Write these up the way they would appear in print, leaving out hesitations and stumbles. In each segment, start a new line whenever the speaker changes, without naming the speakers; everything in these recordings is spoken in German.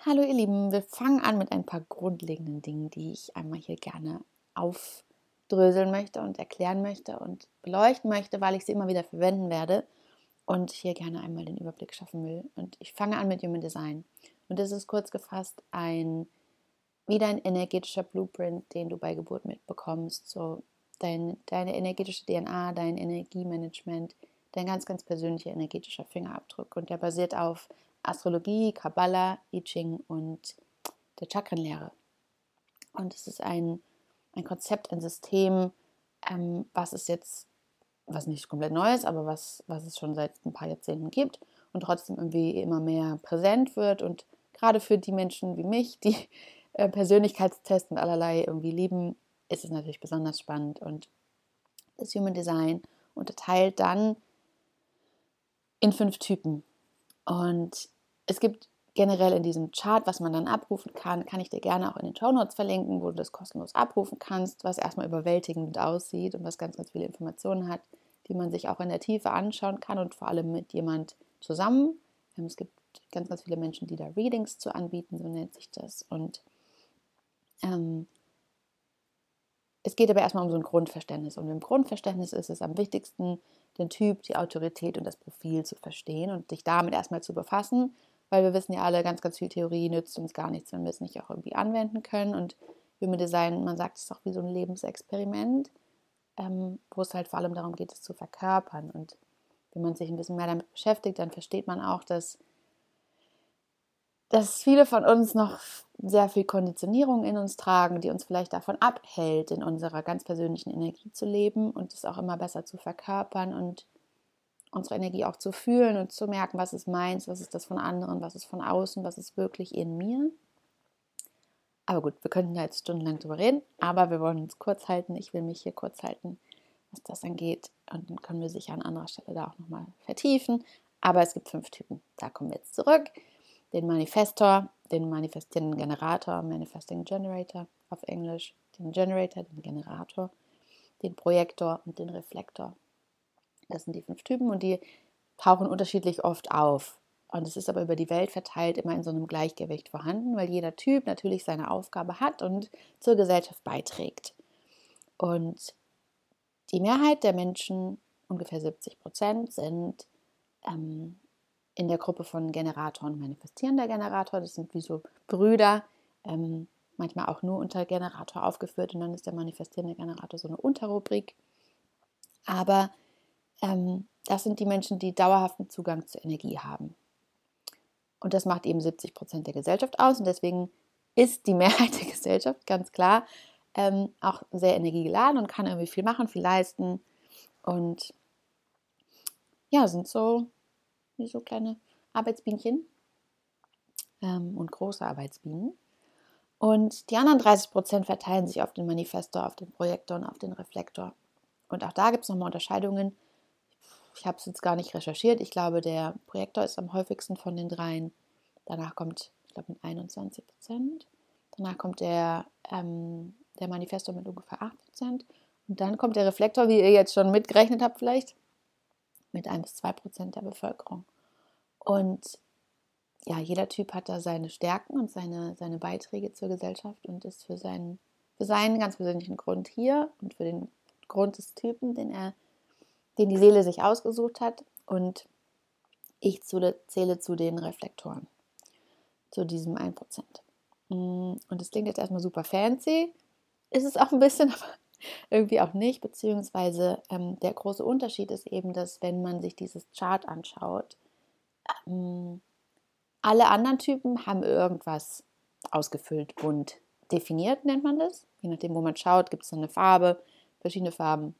Hallo ihr Lieben, wir fangen an mit ein paar grundlegenden Dingen, die ich einmal hier gerne aufdröseln möchte und erklären möchte und beleuchten möchte, weil ich sie immer wieder verwenden werde und hier gerne einmal den Überblick schaffen will. Und ich fange an mit Human Design. Und das ist kurz gefasst wieder ein energetischer Blueprint, den du bei Geburt mitbekommst. So deine energetische DNA, dein Energiemanagement, dein ganz, ganz persönlicher energetischer Fingerabdruck. Und der basiert auf Astrologie, Kabbala, I Ching und der Chakrenlehre. Und es ist ein Konzept, ein System, was nicht komplett neu ist, aber was es schon seit ein paar Jahrzehnten gibt und trotzdem irgendwie immer mehr präsent wird. Und gerade für die Menschen wie mich, die Persönlichkeitstests und allerlei irgendwie lieben, ist es natürlich besonders spannend. Und das Human Design unterteilt dann in 5 Typen. Und es gibt generell in diesem Chart, was man dann abrufen kann ich dir gerne auch in den Shownotes verlinken, wo du das kostenlos abrufen kannst, was erstmal überwältigend aussieht und was ganz, ganz viele Informationen hat, die man sich auch in der Tiefe anschauen kann und vor allem mit jemand zusammen. Es gibt ganz, ganz viele Menschen, die da Readings zu anbieten, so nennt sich das. Und es geht aber erstmal um so ein Grundverständnis. Und im Grundverständnis ist es am wichtigsten, den Typ, die Autorität und das Profil zu verstehen und dich damit erstmal zu befassen, weil wir wissen ja alle, ganz, ganz viel Theorie nützt uns gar nichts, wenn wir es nicht auch irgendwie anwenden können. Und Human Design, man sagt es ist auch wie so ein Lebensexperiment, wo es halt vor allem darum geht, es zu verkörpern. Und wenn man sich ein bisschen mehr damit beschäftigt, dann versteht man auch, dass viele von uns noch sehr viel Konditionierung in uns tragen, die uns vielleicht davon abhält, in unserer ganz persönlichen Energie zu leben und es auch immer besser zu verkörpern und unsere Energie auch zu fühlen und zu merken, was ist meins, was ist das von anderen, was ist von außen, was ist wirklich in mir. Aber gut, wir könnten da jetzt stundenlang drüber reden, aber wir wollen uns kurz halten. Ich will mich hier kurz halten, was das angeht. Und dann können wir sicher an anderer Stelle da auch nochmal vertiefen. Aber es gibt 5 Typen. Da kommen wir jetzt zurück. Den Manifestor, den manifestierenden Generator, Manifesting Generator auf Englisch, den Generator, den Generator, den Projektor und den Reflektor. Das sind die 5 Typen und die tauchen unterschiedlich oft auf. Und es ist aber über die Welt verteilt immer in so einem Gleichgewicht vorhanden, weil jeder Typ natürlich seine Aufgabe hat und zur Gesellschaft beiträgt. Und die Mehrheit der Menschen, ungefähr 70%, sind in der Gruppe von Generator und manifestierender Generator. Das sind wie so Brüder, manchmal auch nur unter Generator aufgeführt und dann ist der manifestierende Generator so eine Unterrubrik. Aber das sind die Menschen, die dauerhaften Zugang zur Energie haben. Und das macht eben 70% der Gesellschaft aus und deswegen ist die Mehrheit der Gesellschaft ganz klar auch sehr energiegeladen und kann irgendwie viel machen, viel leisten und ja, sind so wie so kleine Arbeitsbienchen und große Arbeitsbienen. Und die anderen 30% verteilen sich auf den Manifestor, auf den Projektor und auf den Reflektor. Und auch da gibt es nochmal Unterscheidungen. Ich habe es jetzt gar nicht recherchiert. Ich glaube, der Projektor ist am häufigsten von den dreien. Danach kommt, ich glaube, mit 21%. Danach kommt der Manifestor mit ungefähr 8%. Und dann kommt der Reflektor, wie ihr jetzt schon mitgerechnet habt vielleicht, mit 1-2% der Bevölkerung. Und ja, jeder Typ hat da seine Stärken und seine Beiträge zur Gesellschaft und ist für seinen ganz persönlichen Grund hier und für den Grund des Typen, den die Seele sich ausgesucht hat. Und ich zähle zu den Reflektoren, zu diesem 1%. Und das klingt jetzt erstmal super fancy, ist es auch ein bisschen, aber irgendwie auch nicht, beziehungsweise der große Unterschied ist eben, dass wenn man sich dieses Chart anschaut, alle anderen Typen haben irgendwas ausgefüllt, bunt definiert, nennt man das. Je nachdem, wo man schaut, gibt es eine Farbe, verschiedene Farben.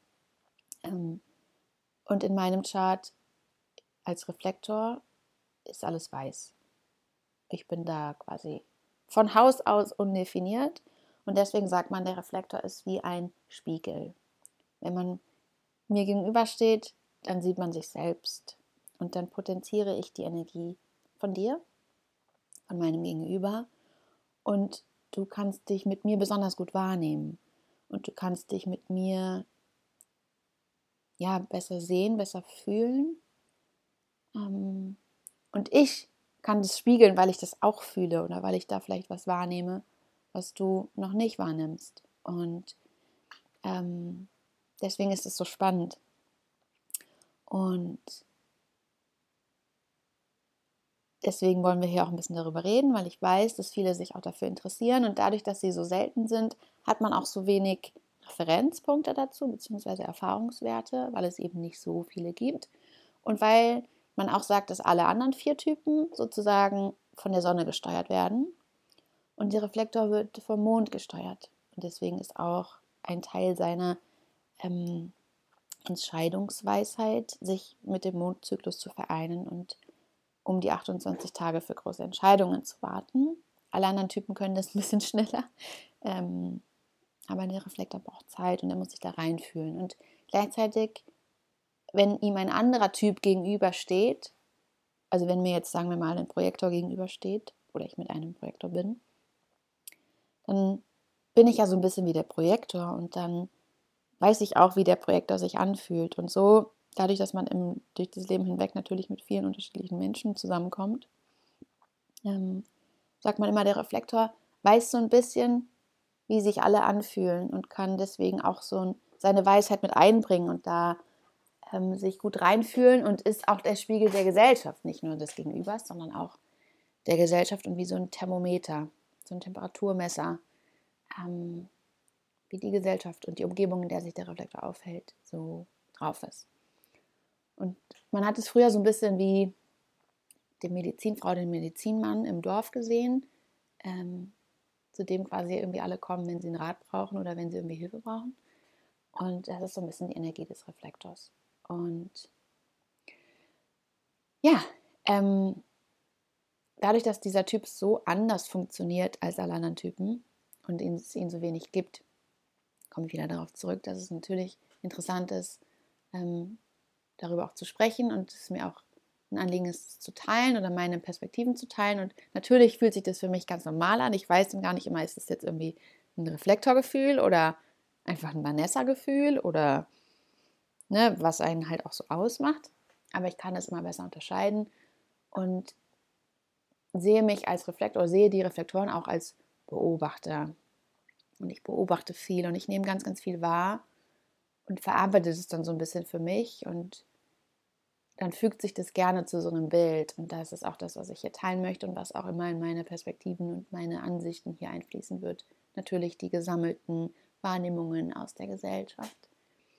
Und in meinem Chart als Reflektor ist alles weiß. Ich bin da quasi von Haus aus undefiniert und deswegen sagt man, der Reflektor ist wie ein Spiegel. Wenn man mir gegenübersteht, dann sieht man sich selbst und dann potenziere ich die Energie von dir, von meinem Gegenüber und du kannst dich mit mir besonders gut wahrnehmen und du kannst dich mit mir ja besser sehen, besser fühlen und ich kann das spiegeln, weil ich das auch fühle oder weil ich da vielleicht was wahrnehme, was du noch nicht wahrnimmst. Und deswegen ist es so spannend. Und deswegen wollen wir hier auch ein bisschen darüber reden, weil ich weiß, dass viele sich auch dafür interessieren. Und dadurch, dass sie so selten sind, hat man auch so wenig Referenzpunkte dazu, beziehungsweise Erfahrungswerte, weil es eben nicht so viele gibt. Und weil man auch sagt, dass alle anderen 4 Typen sozusagen von der Sonne gesteuert werden. Und der Reflektor wird vom Mond gesteuert. Und deswegen ist auch ein Teil seiner Entscheidungsweisheit, sich mit dem Mondzyklus zu vereinen und um die 28 Tage für große Entscheidungen zu warten. Alle anderen Typen können das ein bisschen schneller, aber der Reflektor braucht Zeit und er muss sich da reinfühlen. Und gleichzeitig, wenn ihm ein anderer Typ gegenübersteht, also wenn mir jetzt, sagen wir mal, ein Projektor gegenübersteht oder ich mit einem Projektor bin, dann bin ich ja so ein bisschen wie der Projektor und dann weiß ich auch, wie der Projektor sich anfühlt. Und so, dadurch, dass man durch das Leben hinweg natürlich mit vielen unterschiedlichen Menschen zusammenkommt, sagt man immer, der Reflektor weiß so ein bisschen, wie sich alle anfühlen und kann deswegen auch so seine Weisheit mit einbringen und da sich gut reinfühlen und ist auch der Spiegel der Gesellschaft, nicht nur des Gegenübers, sondern auch der Gesellschaft und wie so ein Thermometer, so ein Temperaturmesser, wie die Gesellschaft und die Umgebung, in der sich der Reflektor aufhält, so drauf ist. Und man hat es früher so ein bisschen wie die Medizinfrau, den Medizinmann im Dorf gesehen, zu dem quasi irgendwie alle kommen, wenn sie einen Rat brauchen oder wenn sie irgendwie Hilfe brauchen. Und das ist so ein bisschen die Energie des Reflektors. Und ja, dadurch, dass dieser Typ so anders funktioniert als alle anderen Typen und es ihn so wenig gibt, komme ich wieder darauf zurück, dass es natürlich interessant ist, darüber auch zu sprechen und es mir auch ein Anliegen ist, es zu teilen oder meine Perspektiven zu teilen. Und natürlich fühlt sich das für mich ganz normal an. Ich weiß dann gar nicht immer, ist das jetzt irgendwie ein Reflektorgefühl oder einfach ein Vanessa-Gefühl oder ne, was einen halt auch so ausmacht. Aber ich kann es immer besser unterscheiden und sehe mich als Reflektor, sehe die Reflektoren auch als Beobachter. Und ich beobachte viel und ich nehme ganz, ganz viel wahr und verarbeite es dann so ein bisschen für mich und dann fügt sich das gerne zu so einem Bild. Und das ist auch das, was ich hier teilen möchte und was auch immer in meine Perspektiven und meine Ansichten hier einfließen wird. Natürlich die gesammelten Wahrnehmungen aus der Gesellschaft.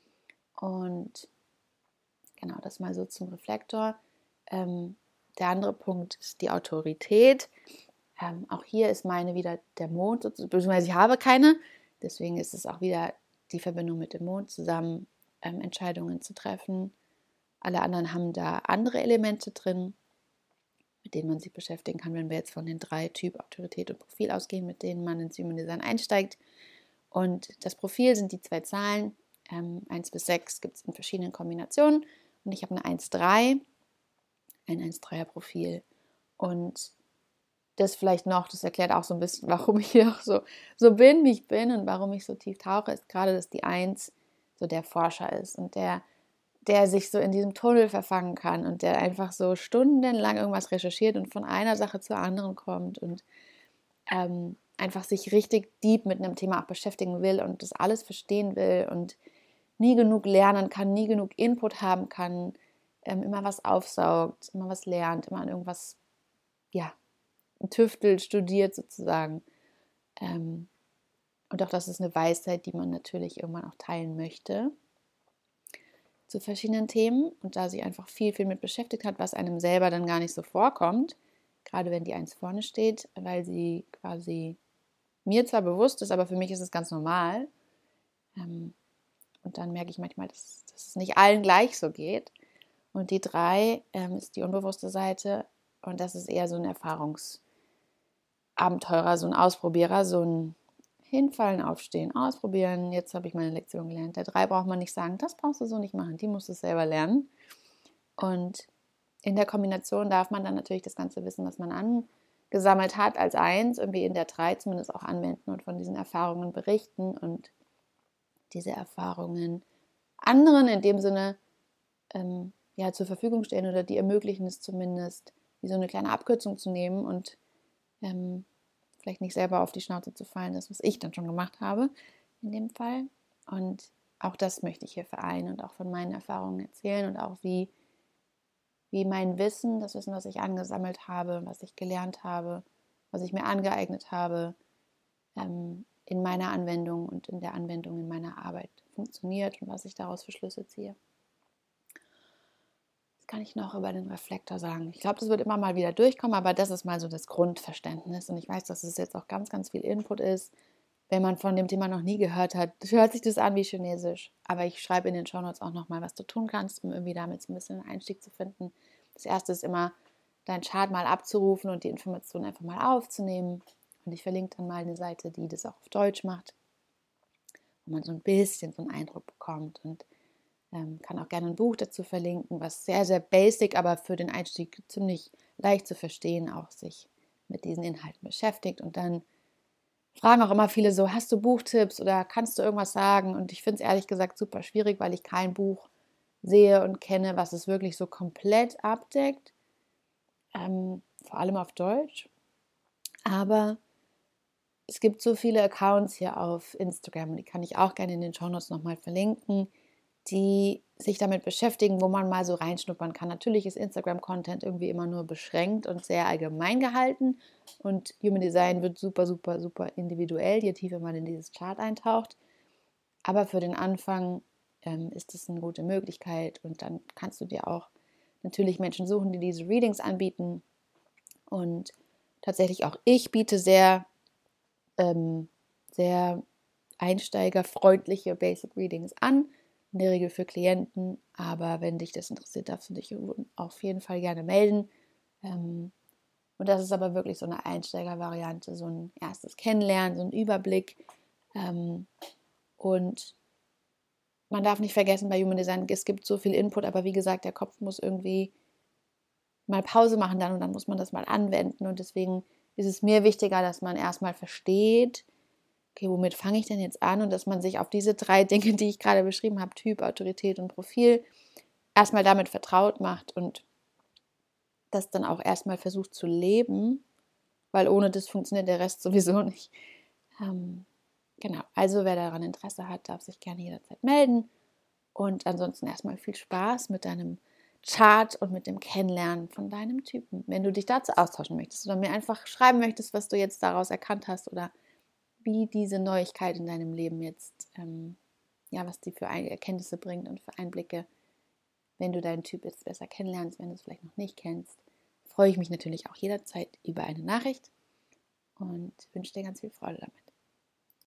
Und genau, das mal so zum Reflektor. Der andere Punkt ist die Autorität. Auch hier ist meine wieder der Mond, beziehungsweise ich habe keine. Deswegen ist es auch wieder die Verbindung mit dem Mond zusammen, Entscheidungen zu treffen. Alle anderen haben da andere Elemente drin, mit denen man sich beschäftigen kann, wenn wir jetzt von den 3 Typ, Autorität und Profil ausgehen, mit denen man ins Human Design einsteigt. Und das Profil sind die 2 Zahlen. 1 bis 6 gibt es in verschiedenen Kombinationen. Und ich habe eine 1-3, ein 1-3er Profil. Und das vielleicht noch, das erklärt auch so ein bisschen, warum ich hier auch so bin, wie ich bin und warum ich so tief tauche, ist gerade, dass die 1 so der Forscher ist und der sich so in diesem Tunnel verfangen kann und der einfach so stundenlang irgendwas recherchiert und von einer Sache zur anderen kommt und einfach sich richtig deep mit einem Thema auch beschäftigen will und das alles verstehen will und nie genug lernen kann, nie genug Input haben kann, immer was aufsaugt, immer was lernt, immer an irgendwas, ja, tüftelt, studiert sozusagen. Und auch das ist eine Weisheit, die man natürlich irgendwann auch teilen möchte zu verschiedenen Themen und da sich einfach viel, viel mit beschäftigt hat, was einem selber dann gar nicht so vorkommt, gerade wenn die 1 vorne steht, weil sie quasi mir zwar bewusst ist, aber für mich ist es ganz normal. Und dann merke ich manchmal, dass es nicht allen gleich so geht. Und die 3 ist die unbewusste Seite und das ist eher so ein Erfahrungsabenteurer, so ein Ausprobierer, so ein Hinfallen, aufstehen, ausprobieren. Jetzt habe ich meine Lektion gelernt. Der 3 braucht man nicht sagen, das brauchst du so nicht machen. Die musst du selber lernen. Und in der Kombination darf man dann natürlich das ganze Wissen, was man angesammelt hat, als 1 irgendwie in der 3 zumindest auch anwenden und von diesen Erfahrungen berichten und diese Erfahrungen anderen in dem Sinne ja, zur Verfügung stellen oder die ermöglichen es zumindest, wie so eine kleine Abkürzung zu nehmen und vielleicht nicht selber auf die Schnauze zu fallen, das, was ich dann schon gemacht habe in dem Fall. Und auch das möchte ich hier vereinen und auch von meinen Erfahrungen erzählen und auch wie mein Wissen, das Wissen, was ich angesammelt habe, was ich gelernt habe, was ich mir angeeignet habe, in meiner Anwendung und in der Anwendung in meiner Arbeit funktioniert und was ich daraus für Schlüsse ziehe. Was kann ich noch über den Reflektor sagen? Ich glaube, das wird immer mal wieder durchkommen, aber das ist mal so das Grundverständnis. Und ich weiß, dass es jetzt auch ganz, ganz viel Input ist. Wenn man von dem Thema noch nie gehört hat, hört sich das an wie Chinesisch. Aber ich schreibe in den Shownotes auch nochmal, was du tun kannst, um irgendwie damit so ein bisschen einen Einstieg zu finden. Das erste ist immer, deinen Chart mal abzurufen und die Informationen einfach mal aufzunehmen. Und ich verlinke dann mal eine Seite, die das auch auf Deutsch macht, wo man so ein bisschen so einen Eindruck bekommt. Und kann auch gerne ein Buch dazu verlinken, was sehr, sehr basic, aber für den Einstieg ziemlich leicht zu verstehen, auch sich mit diesen Inhalten beschäftigt. Und dann fragen auch immer viele so, hast du Buchtipps oder kannst du irgendwas sagen? Und ich finde es ehrlich gesagt super schwierig, weil ich kein Buch sehe und kenne, was es wirklich so komplett abdeckt. Vor allem auf Deutsch. Aber es gibt so viele Accounts hier auf Instagram, die kann ich auch gerne in den Shownotes nochmal verlinken, die sich damit beschäftigen, wo man mal so reinschnuppern kann. Natürlich ist Instagram-Content irgendwie immer nur beschränkt und sehr allgemein gehalten und Human Design wird super, super, super individuell, je tiefer man in dieses Chart eintaucht. Aber für den Anfang ist es eine gute Möglichkeit und dann kannst du dir auch natürlich Menschen suchen, die diese Readings anbieten. Und tatsächlich auch ich biete sehr, sehr einsteigerfreundliche Basic Readings an, in der Regel für Klienten. Aber wenn dich das interessiert, darfst du dich auf jeden Fall gerne melden. Und das ist aber wirklich so eine Einsteigervariante, so ein erstes Kennenlernen, so ein Überblick. Und man darf nicht vergessen bei Human Design, es gibt so viel Input, aber wie gesagt, der Kopf muss irgendwie mal Pause machen dann und dann muss man das mal anwenden. Und deswegen ist es mir wichtiger, dass man erstmal versteht, okay, womit fange ich denn jetzt an? Und dass man sich auf diese 3 Dinge, die ich gerade beschrieben habe, Typ, Autorität und Profil, erstmal damit vertraut macht und das dann auch erstmal versucht zu leben, weil ohne das funktioniert der Rest sowieso nicht. Genau, also wer daran Interesse hat, darf sich gerne jederzeit melden. Und ansonsten erstmal viel Spaß mit deinem Chart und mit dem Kennenlernen von deinem Typen. Wenn du dich dazu austauschen möchtest oder mir einfach schreiben möchtest, was du jetzt daraus erkannt hast oder wie diese Neuigkeit in deinem Leben jetzt, was die für Erkenntnisse bringt und für Einblicke, wenn du deinen Typ jetzt besser kennenlernst, wenn du es vielleicht noch nicht kennst, freue ich mich natürlich auch jederzeit über eine Nachricht und wünsche dir ganz viel Freude damit.